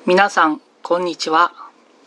皆さんこんにちは。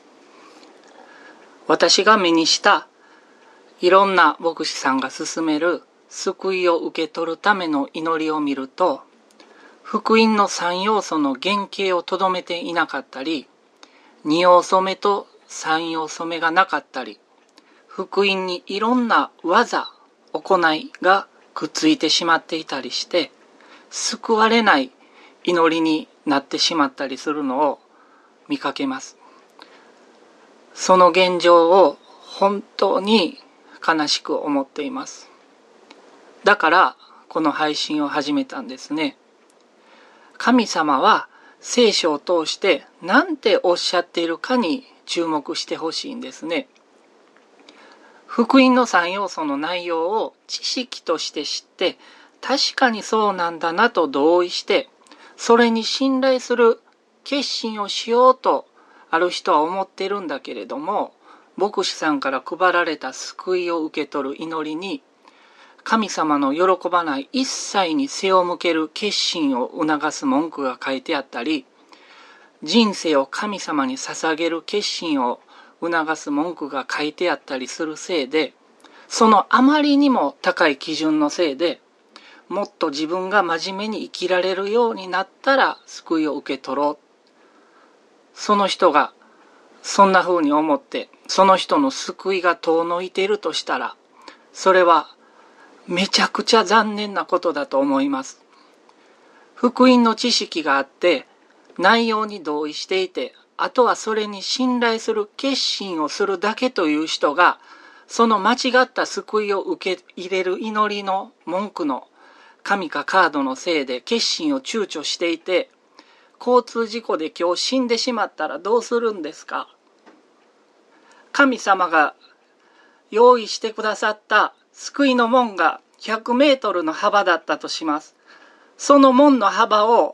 私が目にしたいろんな牧師さんが勧める救いを受け取るための祈りを見ると、福音の3要素の原型をとどめていなかったり、2要素目と3要素目がなかったり、福音にいろんな技、行いがくっついてしまっていたりして、救われない祈りになってしまったりするのを見かけます。その現状を本当に悲しく思っています。だからこの配信を始めたんですね。神様は聖書を通して何ておっしゃっているかに注目してほしいんですね。福音の3要素の内容を知識として知って、確かにそうなんだなと同意して、それに信頼する決心をしようとある人は思っているんだけれども、牧師さんから配られた救いを受け取る祈りに、神様の喜ばない一切に背を向ける決心を促す文句が書いてあったり、人生を神様に捧げる決心を促す文句が書いてあったりするせいで、そのあまりにも高い基準のせいで、もっと自分が真面目に生きられるようになったら救いを受け取ろう。その人がそんな風に思って、その人の救いが遠のいているとしたら、それはめちゃくちゃ残念なことだと思います。福音の知識があって、内容に同意していて、あとはそれに信頼する決心をするだけという人が、その間違った救いを受け入れる祈りの文句の紙かカードのせいで決心を躊躇していて、交通事故で今日死んでしまったらどうするんですか？神様が用意してくださった救いの門が100メートルの幅だったとします。その門の幅を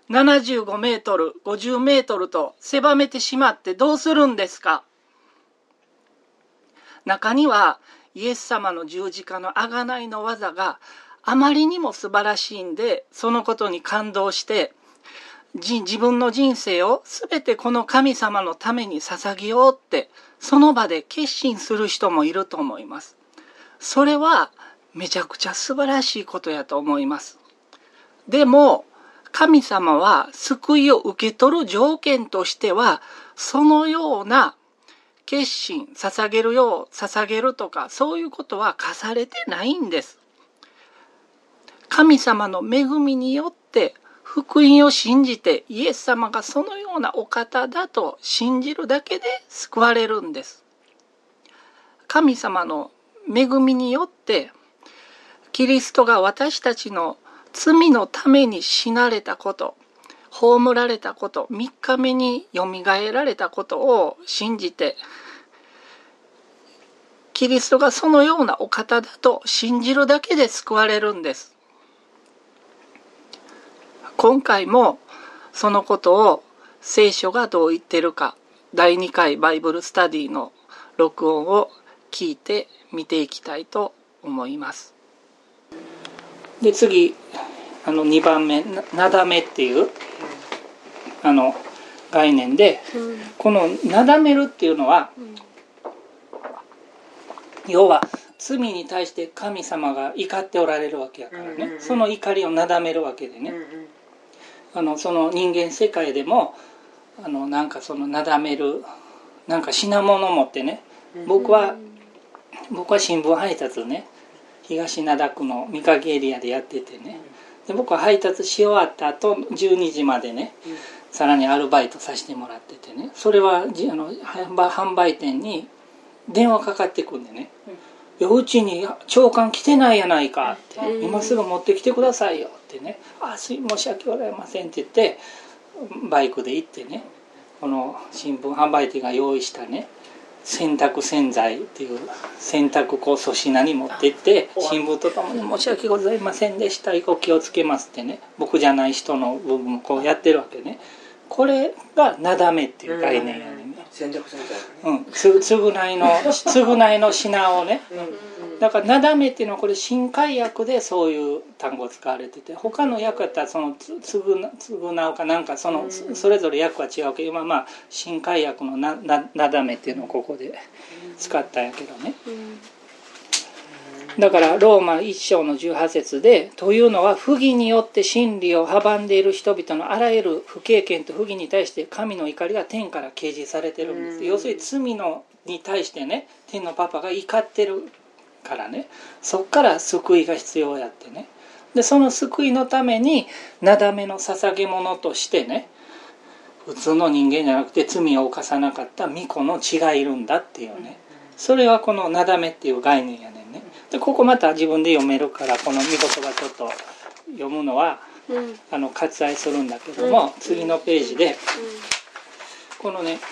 75メートル、50メートルと狭めてしまってどうするんですか？中にはイエス様の十字架の贖いの技があまりにも素晴らしいんで、そのことに感動して自分の人生を全てこの神様のために捧げようってその場で決心する人もいると思います。それはめちゃくちゃ素晴らしいことやと思います。でも神様は救いを受け取る条件としては、そのような決心、捧げるとかそういうことは課されてないんです。神様の恵みによって福音を信じて、イエス様がそのようなお方だと信じるだけで救われるんです。神様の恵みによってキリストが私たちの罪のために死なれたこと、葬られたこと、3日目によみがえられたことを信じて、キリストがそのようなお方だと信じるだけで救われるんです。今回もそのことを聖書がどう言っているか、第2回バイブルスタディの録音を聞いて見ていきたいと思います。で次2番目、なだめっていう概念で、このなだめるっていうのは、要は罪に対して神様が怒っておられるわけやからね、その怒りをなだめるわけでね、その人間世界でもなんかそのなだめるなんか品物持ってね、僕は新聞配達ね、東灘区の三影エリアでやっててね、で僕は配達し終わった後12時までね、さらにアルバイトさせてもらっててね、それは販売店に電話かかってくるんでね、いやうちに長官来てないやないかって、今すぐ持ってきてくださいよってね、申し訳ございませんって言ってバイクで行ってね、この新聞販売店が用意したね、洗濯洗剤っていう洗濯粗品に持って行って、新聞とともに申し訳ございませんでした、お気をつけますってね、僕じゃない人の部分もこうやってるわけね。これがなだめっていう概念やね。 戦略戦償いの品をね、だからなだめっていうのはこれ新海訳でそういう単語使われてて、他の訳やったらその償うかなんかそれぞれ訳は違うけど、今まあ新海訳のなだめっていうのをここで使ったんやけどね。だからローマ1章の18節で、というのは不義によって真理を阻んでいる人々のあらゆる不敬虔と不義に対して神の怒りが天から掲示されてるんです。要するに罪に対してね、天のパパが怒ってるからね、そっから救いが必要やってね。でその救いのためになだめの捧げ物としてね、普通の人間じゃなくて罪を犯さなかった御子の血がいるんだっていうね、それはこのなだめっていう概念やねんね。でここまた自分で読めるから、この見事がちょっと読むのは、割愛するんだけども、次のページで、このね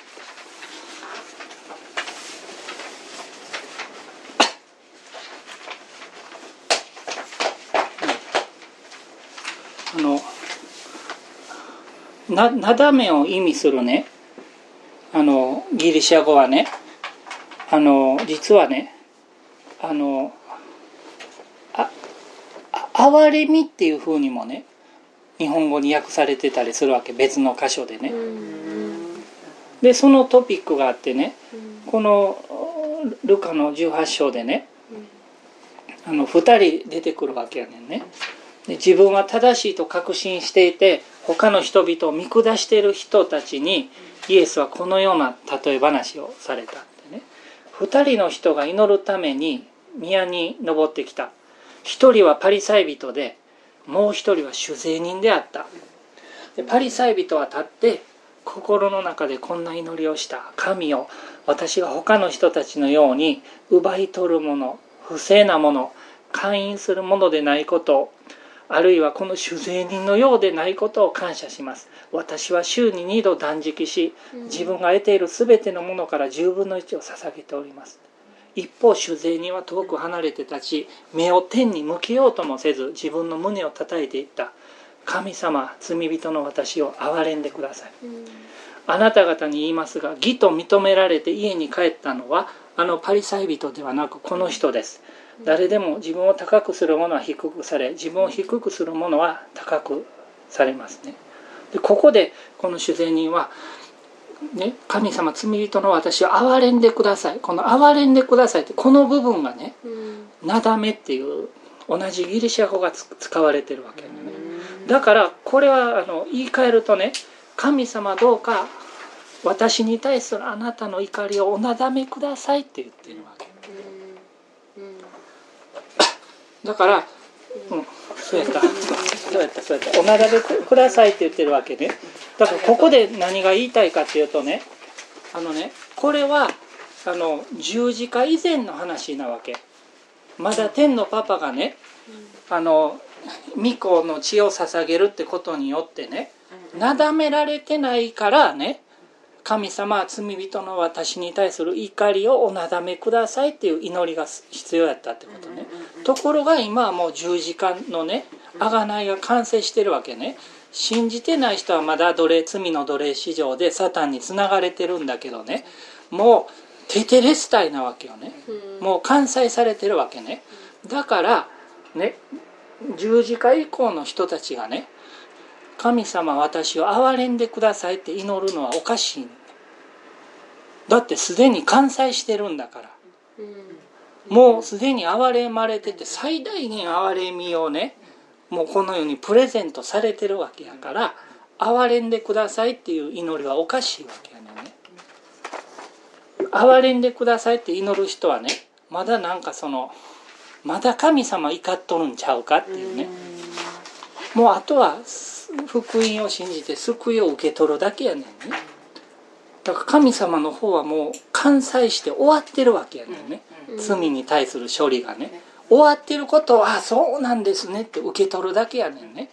なだめを意味するね、ギリシャ語はね、実はね、憐れみっていう風にもね、日本語に訳されてたりするわけ、別の箇所でね。でそのトピックがあってね、このルカの18章でね、2人出てくるわけやねんね。で自分は正しいと確信していて他の人々を見下している人たちにイエスはこのような例え話をされたってね。2人の人が祈るために宮に登ってきた。1人はパリサイ人で、もう1人は主税人であった。でパリサイ人は立って心の中でこんな祈りをした。神よ、私が他の人たちのように奪い取るもの、不正なもの、姦淫するものでないことを、あるいはこの主税人のようでないことを感謝します。私は週に2度断食し、自分が得ているすべてのものから10分の1を捧げております。一方主税人は遠く離れて立ち、目を天に向けようともせず、自分の胸を叩いていった。神様、罪人の私を憐れんでください。あなた方に言いますが、義と認められて家に帰ったのはパリサイ人ではなくこの人です。誰でも自分を高くする者は低くされ、自分を低くする者は高くされますね。でここでこの主税人は、ね、神様、罪人の私を憐れんでください。この憐れんでくださいって、この部分がね、なだめっていう同じギリシャ語が使われてるわけね。だからこれは言い換えるとね、神様どうか私に対するあなたの怒りをおなだめくださいって言ってるわけ。だから、そうやったおなだめくださいって言ってるわけね。だからここで何が言いたいかっていうとね、これは十字架以前の話なわけ。まだ天のパパがね、御子の血を捧げるってことによってね、なだめられてないからね、神様は罪人の私に対する怒りをおなだめくださいっていう祈りが必要やったってことね。ところが今はもう十字架のね、贖いが完成してるわけね。信じてない人はまだ罪の奴隷市場でサタンにつながれてるんだけどね、もうテテレスタイなわけよね。もう完済されてるわけね。だからね、十字架以降の人たちがね、神様私を憐れんでくださいって祈るのはおかしい。だってすでに完済してるんだから、もうすでに憐れまれてて、最大限憐れみをね、もうこのようにプレゼントされてるわけやから、憐れんでくださいっていう祈りはおかしいわけやね。憐れんでくださいって祈る人はね、まだなんかまだ神様怒っとるんちゃうかっていうね、もうあとは福音を信じて救いを受け取るだけやねんね。だから神様の方はもう完済して終わってるわけやねんね。罪に対する処理がね終わってることは、そうなんですねって受け取るだけやねんね。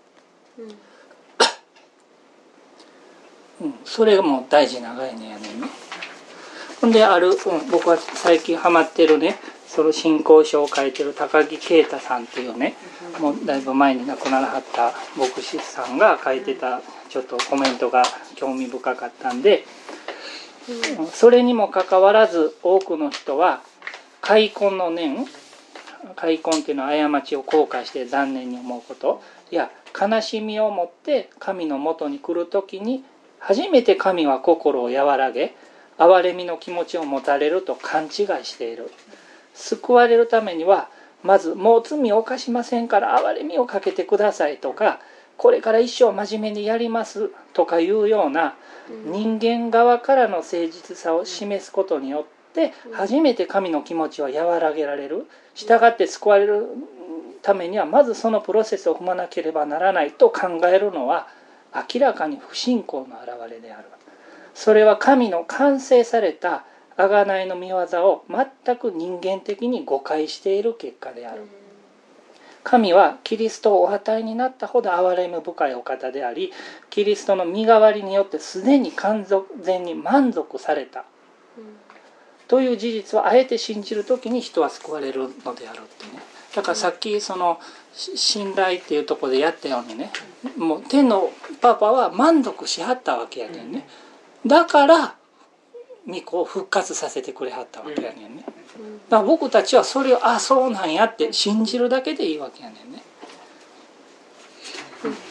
それがもう大事な概念やねんね。ほんで僕は最近ハマってるね、その信仰書を書いてる高木啓太さんっていうね、もうだいぶ前に亡くならはった牧師さんが書いてたちょっとコメントが興味深かったんで、 それにもかかわらず多くの人は悔恨の念、悔恨っていうのは過ちを後悔して残念に思うことや悲しみを持って神のもとに来るときに初めて神は心を和らげ憐れみの気持ちを持たれると勘違いしている。救われるためにはまずもう罪を犯しませんから憐れみをかけてくださいとか、これから一生真面目にやりますとかいうような人間側からの誠実さを示すことによって初めて神の気持ちは和らげられる。したがって救われるためにはまずそのプロセスを踏まなければならないと考えるのは明らかに不信仰の表れである。それは神の完成された贖いの御業を全く人間的に誤解している結果である。神はキリストをお与えになったほど憐れみ深いお方であり、キリストの身代わりによってすでに完全に満足されたという事実をあえて信じるときに人は救われるのであるってね。だからさっきその信頼っていうところでやったようにね、もう天のパパは満足しはったわけやねんね。だから御子を復活させてくれはったわけやねんね。だから僕たちはそれをそうなんやって信じるだけでいいわけやねんね。